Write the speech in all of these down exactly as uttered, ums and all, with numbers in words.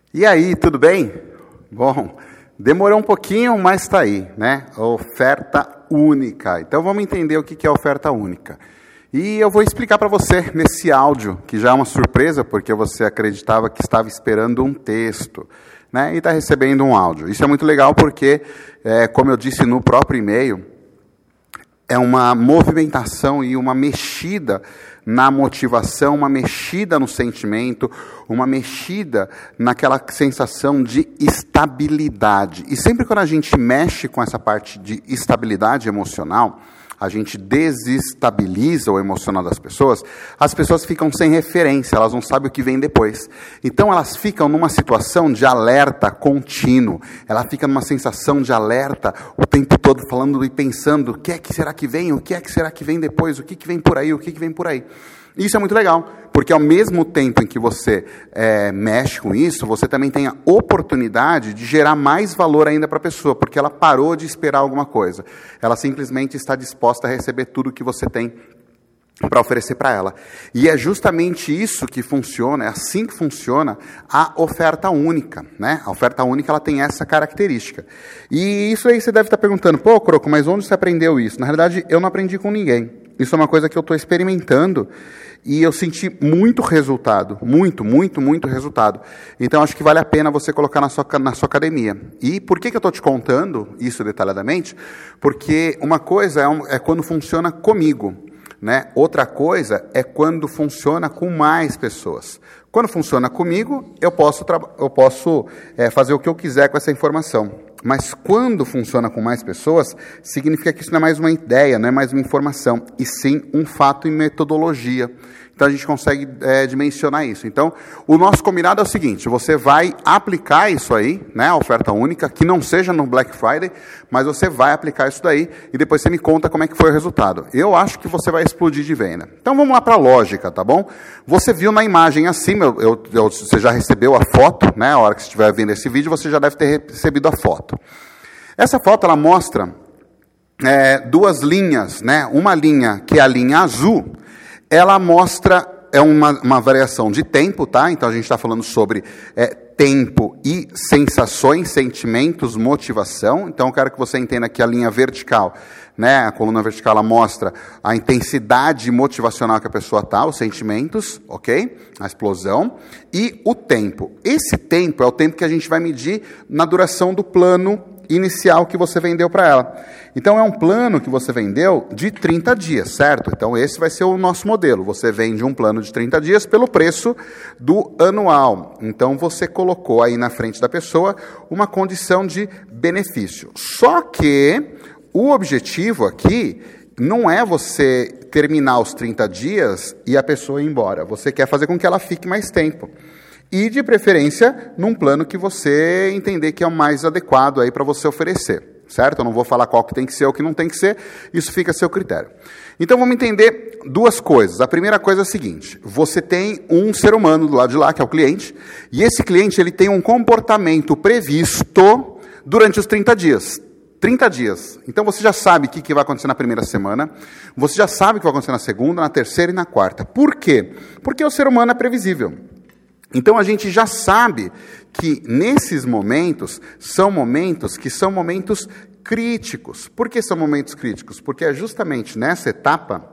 E aí, tudo bem? Bom, demorou um pouquinho, mas está aí, né? Oferta única. Então vamos entender o que é oferta única. E eu vou explicar para você nesse áudio, que já é uma surpresa, porque você acreditava que estava esperando um texto, né? E está recebendo um áudio. Isso é muito legal porque, é, como eu disse no próprio e-mail, é uma movimentação e uma mexida na motivação, uma mexida no sentimento, uma mexida naquela sensação de estabilidade. E sempre quando a gente mexe com essa parte de estabilidade emocional, a gente desestabiliza o emocional das pessoas, as pessoas ficam sem referência, elas não sabem o que vem depois. Então elas ficam numa situação de alerta contínuo, ela fica numa sensação de alerta o tempo todo, falando e pensando, o que é que será que vem, o que é que será que vem depois, o que, que vem por aí, o que, que vem por aí. Isso é muito legal, porque ao mesmo tempo em que você é, mexe com isso, você também tem a oportunidade de gerar mais valor ainda para a pessoa, porque ela parou de esperar alguma coisa. Ela simplesmente está disposta a receber tudo que você tem para oferecer para ela. E é justamente isso que funciona, é assim que funciona a oferta única, né? A oferta única, ela tem essa característica. E isso aí você deve estar perguntando, pô, Croco, mas onde você aprendeu isso? Na realidade, eu não aprendi com ninguém. Isso é uma coisa que eu estou experimentando e eu senti muito resultado, muito, muito, muito resultado. Então, acho que vale a pena você colocar na sua, na sua academia. E por que, que eu estou te contando isso detalhadamente? Porque uma coisa é, um, é quando funciona comigo, né? Outra coisa é quando funciona com mais pessoas. Quando funciona comigo, eu posso, eu posso é, fazer o que eu quiser com essa informação. Mas quando funciona com mais pessoas, significa que isso não é mais uma ideia, não é mais uma informação, e sim um fato e metodologia. Então a gente consegue é, dimensionar isso. Então, o nosso combinado é o seguinte, você vai aplicar isso aí, né, a oferta única, que não seja no Black Friday, mas você vai aplicar isso daí e depois você me conta como é que foi o resultado. Eu acho que você vai explodir de venda. Então vamos lá para a lógica, tá bom? Você viu na imagem acima, eu, eu, eu, você já recebeu a foto, né, a hora que você estiver vendo esse vídeo, você já deve ter recebido a foto. Essa foto, ela mostra é, duas linhas, né, uma linha que é a linha azul, ela mostra, é uma, uma variação de tempo, tá? Então a gente está falando sobre é, tempo e sensações, sentimentos, motivação. Então eu quero que você entenda que a linha vertical, né, a coluna vertical, ela mostra a intensidade motivacional que a pessoa está, os sentimentos, ok? A explosão. E o tempo. Esse tempo é o tempo que a gente vai medir na duração do plano inicial que você vendeu para ela. Então é um plano que você vendeu de trinta dias, certo? Então esse vai ser o nosso modelo. Você vende um plano de trinta dias pelo preço do anual. Então você colocou aí na frente da pessoa uma condição de benefício. Só que o objetivo aqui não é você terminar os trinta dias e a pessoa ir embora. Você quer fazer com que ela fique mais tempo. E, de preferência, num plano que você entender que é o mais adequado aí para você oferecer, certo? Eu não vou falar qual que tem que ser ou que não tem que ser, isso fica a seu critério. Então, vamos entender duas coisas. A primeira coisa é a seguinte, você tem um ser humano do lado de lá, que é o cliente, e esse cliente ele tem um comportamento previsto durante os trinta dias. trinta dias. Então, você já sabe o que vai acontecer na primeira semana, você já sabe o que vai acontecer na segunda, na terceira e na quarta. Por quê? Porque o ser humano é previsível. Então, a gente já sabe que nesses momentos, são momentos que são momentos críticos. Por que são momentos críticos? Porque é justamente nessa etapa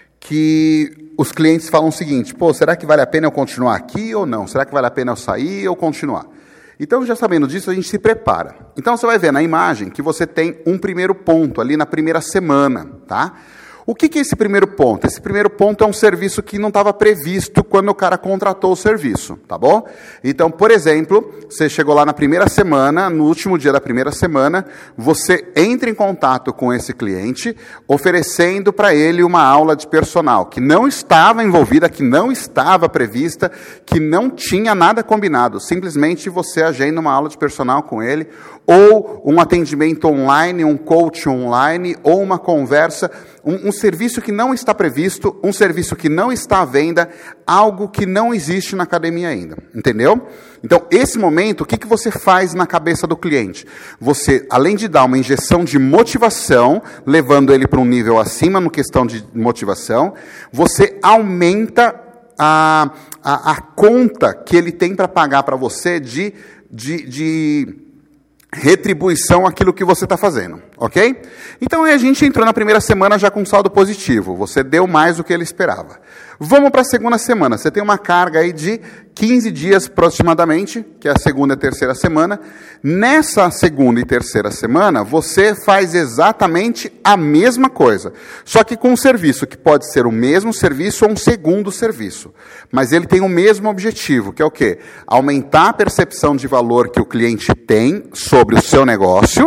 que os clientes falam o seguinte, pô, será que vale a pena eu continuar aqui ou não? Será que vale a pena eu sair ou continuar? Então, já sabendo disso, a gente se prepara. Então, você vai ver na imagem que você tem um primeiro ponto ali na primeira semana, tá? O que é esse primeiro ponto? Esse primeiro ponto é um serviço que não estava previsto quando o cara contratou o serviço, tá bom? Então, por exemplo, você chegou lá na primeira semana, no último dia da primeira semana, você entra em contato com esse cliente, oferecendo para ele uma aula de personal, que não estava envolvida, que não estava prevista, que não tinha nada combinado. Simplesmente você agenda uma aula de personal com ele, ou um atendimento online, um coach online, ou uma conversa, um, um serviço que não está previsto, um serviço que não está à venda, algo que não existe na academia ainda, entendeu? Então, esse momento, o que, que você faz na cabeça do cliente? Você, além de dar uma injeção de motivação, levando ele para um nível acima no questão de motivação, você aumenta a, a, a conta que ele tem para pagar para você de, de, de retribuição àquilo que você está fazendo, ok? Então, a gente entrou na primeira semana já com saldo positivo, você deu mais do que ele esperava. Vamos para a segunda semana, você tem uma carga aí de quinze dias aproximadamente, que é a segunda e terceira semana. Nessa segunda e terceira semana, você faz exatamente a mesma coisa, só que com um serviço, que pode ser o mesmo serviço ou um segundo serviço. Mas ele tem o mesmo objetivo, que é o quê? Aumentar a percepção de valor que o cliente tem sobre o seu negócio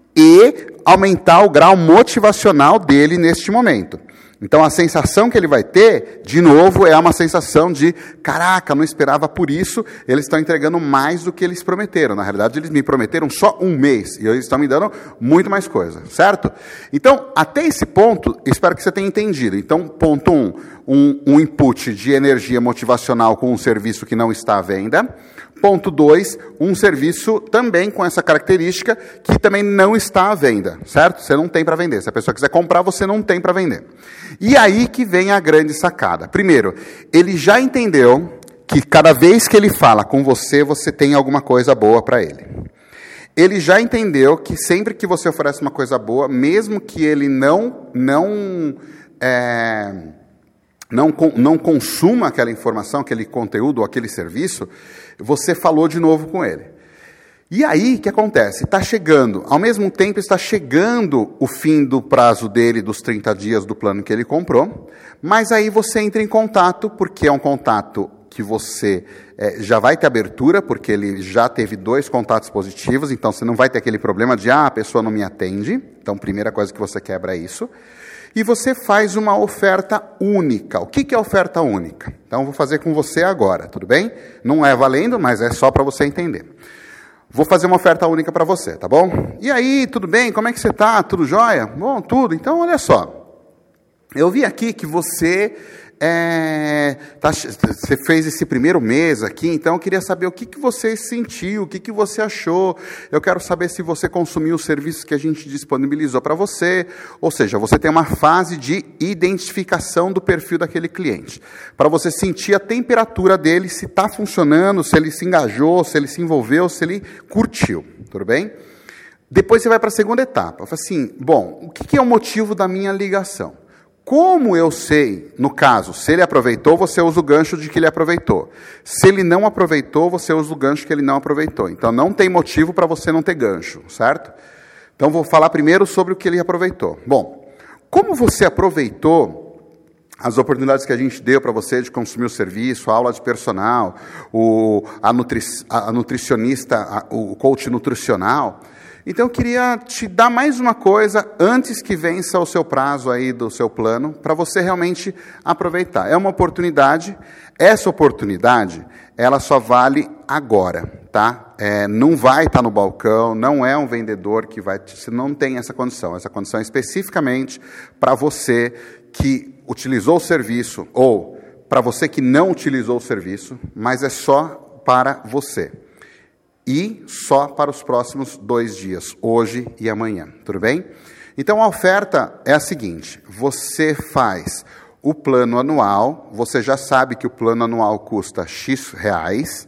e aumentar o grau motivacional dele neste momento. Então, a sensação que ele vai ter, de novo, é uma sensação de, caraca, não esperava por isso, eles estão entregando mais do que eles prometeram. Na realidade, eles me prometeram só um mês, e eles estão me dando muito mais coisa, certo? Então, até esse ponto, espero que você tenha entendido. Então, ponto um, um, um input de energia motivacional com um serviço que não está à venda. Ponto dois, um serviço também com essa característica que também não está à venda, certo? Você não tem para vender. Se a pessoa quiser comprar, você não tem para vender. E aí que vem a grande sacada. Primeiro, ele já entendeu que cada vez que ele fala com você, você tem alguma coisa boa para ele. Ele já entendeu que sempre que você oferece uma coisa boa, mesmo que ele não... não é, Não, não consuma aquela informação, aquele conteúdo, ou aquele serviço, você falou de novo com ele. E aí, o que acontece? Está chegando, ao mesmo tempo está chegando o fim do prazo dele, dos trinta dias do plano que ele comprou, mas aí você entra em contato, porque é um contato que você é, já vai ter abertura, porque ele já teve dois contatos positivos, então você não vai ter aquele problema de, ah, a pessoa não me atende. Então, primeira coisa que você quebra é isso. E você faz uma oferta única. O que é oferta única? Então, vou fazer com você agora, tudo bem? Não é valendo, mas é só para você entender. Vou fazer uma oferta única para você, tá bom? E aí, tudo bem? Como é que você está? Tudo jóia? Bom, tudo. Então, olha só. Eu vi aqui que você... É, tá, você fez esse primeiro mês aqui, então eu queria saber o que, que você sentiu, o que, que você achou. Eu quero saber se você consumiu os serviços que a gente disponibilizou para você. Ou seja, você tem uma fase de identificação do perfil daquele cliente, para você sentir a temperatura dele, se está funcionando, se ele se engajou, se ele se envolveu, se ele curtiu, tudo bem? Depois você vai para a segunda etapa. Fala assim, bom, o que, que é o motivo da minha ligação? Como eu sei, no caso, se ele aproveitou, você usa o gancho de que ele aproveitou. Se ele não aproveitou, você usa o gancho que ele não aproveitou. Então, não tem motivo para você não ter gancho, certo? Então, vou falar primeiro sobre o que ele aproveitou. Bom, como você aproveitou as oportunidades que a gente deu para você de consumir o serviço, a aula de personal, o, a, nutri, a nutricionista, a, o coach nutricional... Então, eu queria te dar mais uma coisa antes que vença o seu prazo aí do seu plano, para você realmente aproveitar. É uma oportunidade, essa oportunidade, ela só vale agora, tá? É, não vai estar no balcão, não é um vendedor que vai... Você não tem essa condição. Essa condição é especificamente para você que utilizou o serviço, ou para você que não utilizou o serviço, mas é só para você. E só para os próximos dois dias, hoje e amanhã, tudo bem? Então, a oferta é a seguinte, você faz o plano anual, você já sabe que o plano anual custa X reais,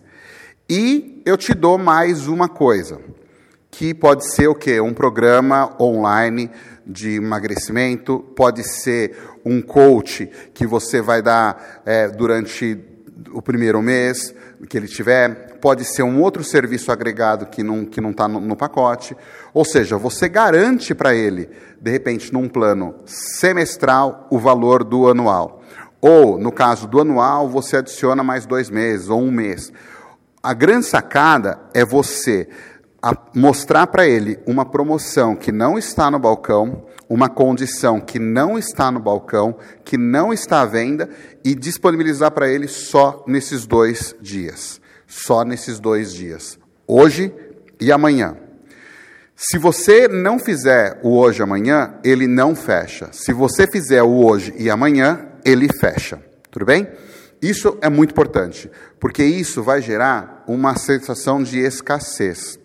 e eu te dou mais uma coisa, que pode ser o quê? Um programa online de emagrecimento, pode ser um coach que você vai dar é, durante o primeiro mês, que ele tiver, pode ser um outro serviço agregado que não que não está no, no pacote, ou seja, você garante para ele, de repente, num plano semestral, o valor do anual, ou, no caso do anual, você adiciona mais dois meses, ou um mês. A grande sacada é você mostrar para ele uma promoção que não está no balcão, uma condição que não está no balcão, que não está à venda, e disponibilizar para ele só nesses dois dias. Só nesses dois dias. Hoje e amanhã. Se você não fizer o hoje e amanhã, ele não fecha. Se você fizer o hoje e amanhã, ele fecha. Tudo bem? Isso é muito importante, porque isso vai gerar uma sensação de escassez.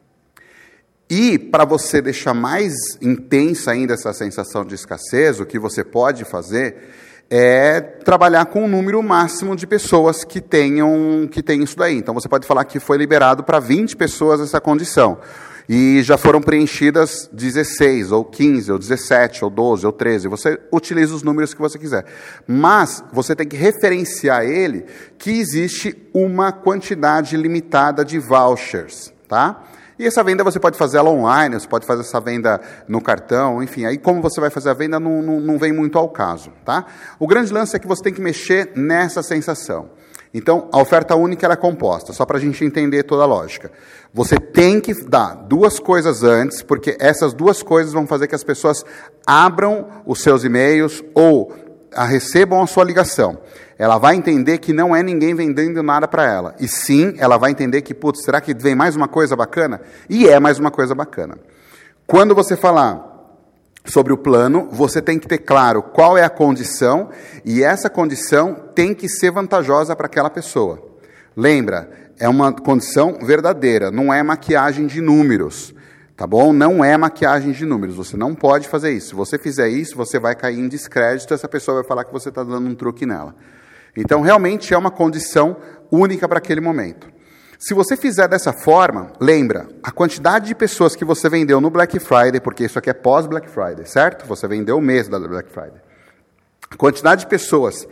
E, para você deixar mais intensa ainda essa sensação de escassez, o que você pode fazer é trabalhar com um número máximo de pessoas que tenham que tem isso daí. Então, você pode falar que foi liberado para vinte pessoas essa condição. E já foram preenchidas dezesseis, ou quinze, ou dezessete, ou doze, ou treze. Você utiliza os números que você quiser. Mas você tem que referenciar ele que existe uma quantidade limitada de vouchers, tá? E essa venda você pode fazer ela online, você pode fazer essa venda no cartão, enfim. Aí como você vai fazer a venda não, não, não vem muito ao caso, tá? O grande lance é que você tem que mexer nessa sensação. Então, a oferta única ela é composta, só para a gente entender toda a lógica. Você tem que dar duas coisas antes, porque essas duas coisas vão fazer que as pessoas abram os seus e-mails ou a recebam a sua ligação. Ela vai entender que não é ninguém vendendo nada para ela. E sim, ela vai entender que, putz, será que vem mais uma coisa bacana? E é mais uma coisa bacana. Quando você falar sobre o plano, você tem que ter claro qual é a condição, e essa condição tem que ser vantajosa para aquela pessoa. Lembra, é uma condição verdadeira, não é maquiagem de números, tá bom? Não é maquiagem de números, você não pode fazer isso. Se você fizer isso, você vai cair em descrédito, essa pessoa vai falar que você está dando um truque nela. Então, realmente é uma condição única para aquele momento. Se você fizer dessa forma, lembra, a quantidade de pessoas que você vendeu no Black Friday, porque isso aqui é pós-Black Friday, certo? Você vendeu o mês da Black Friday. A quantidade de pessoas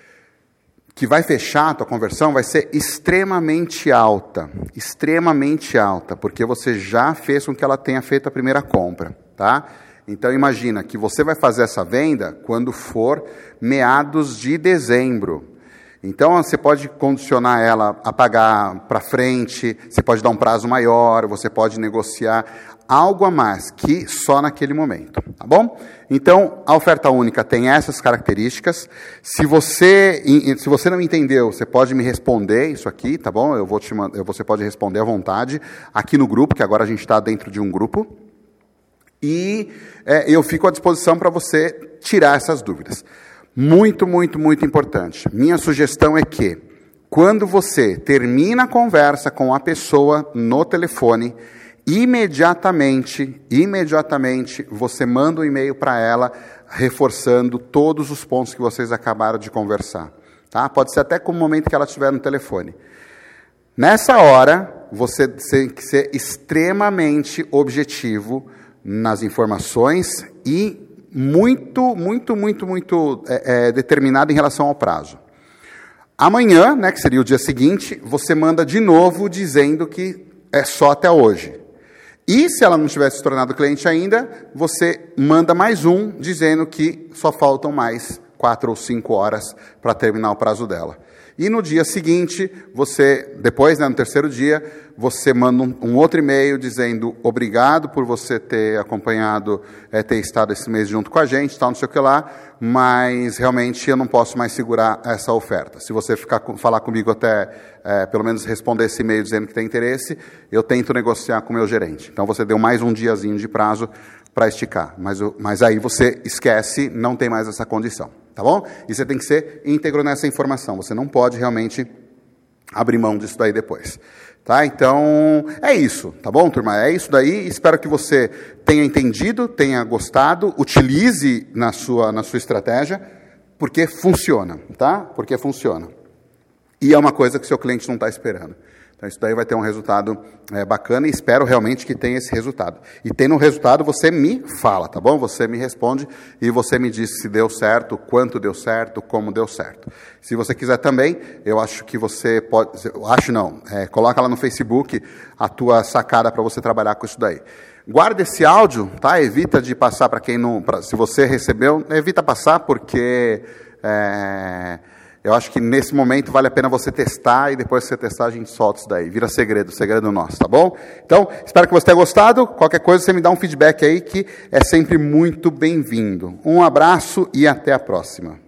que vai fechar a tua conversão vai ser extremamente alta, extremamente alta, porque você já fez com que ela tenha feito a primeira compra, tá? Então, imagina que você vai fazer essa venda quando for meados de dezembro. Então, você pode condicionar ela a pagar para frente, você pode dar um prazo maior, você pode negociar algo a mais que só naquele momento, tá bom? Então, a oferta única tem essas características. Se você, se você não entendeu, você pode me responder isso aqui, tá bom? Eu vou te, você pode responder à vontade aqui no grupo, que agora a gente está dentro de um grupo. E é, eu fico à disposição para você tirar essas dúvidas. Muito, muito, muito importante. Minha sugestão é que, quando você termina a conversa com a pessoa no telefone, imediatamente, imediatamente, você manda um e-mail para ela, reforçando todos os pontos que vocês acabaram de conversar. Tá? Pode ser até com o momento que ela estiver no telefone. Nessa hora, você tem que ser extremamente objetivo nas informações e muito, muito, muito, muito é, é, determinado em relação ao prazo. Amanhã, né, que seria o dia seguinte, você manda de novo dizendo que é só até hoje. E se ela não tivesse se tornado cliente ainda, você manda mais um dizendo que só faltam mais quatro ou cinco horas para terminar o prazo dela. E no dia seguinte, você, depois, né, no terceiro dia, você manda um, um outro e-mail dizendo obrigado por você ter acompanhado, é, ter estado esse mês junto com a gente, tal, não sei o que lá, mas realmente eu não posso mais segurar essa oferta. Se você ficar falar comigo até, é, pelo menos responder esse e-mail dizendo que tem interesse, eu tento negociar com o meu gerente. Então você deu mais um diazinho de prazo para esticar, mas, mas aí você esquece, não tem mais essa condição. Tá bom? E você tem que ser íntegro nessa informação. Você não pode realmente abrir mão disso daí depois. Tá? Então, é isso. Tá bom, turma? É isso daí. Espero que você tenha entendido, tenha gostado, utilize na sua, na sua estratégia, porque funciona. Tá? Porque funciona. E é uma coisa que o seu cliente não está esperando. Então, isso daí vai ter um resultado é, bacana e espero realmente que tenha esse resultado. E tendo um resultado, você me fala, tá bom? Você me responde e você me diz se deu certo, quanto deu certo, como deu certo. Se você quiser também, eu acho que você pode... Eu acho não, é, coloca lá no Facebook a tua sacada para você trabalhar com isso daí. Guarda esse áudio, tá? Evita de passar para quem não... Pra, se você recebeu, evita passar porque... É, eu acho que nesse momento vale a pena você testar e depois que você testar a gente solta isso daí. Vira segredo, segredo nosso, tá bom? Então, espero que você tenha gostado. Qualquer coisa você me dá um feedback aí que é sempre muito bem-vindo. Um abraço e até a próxima.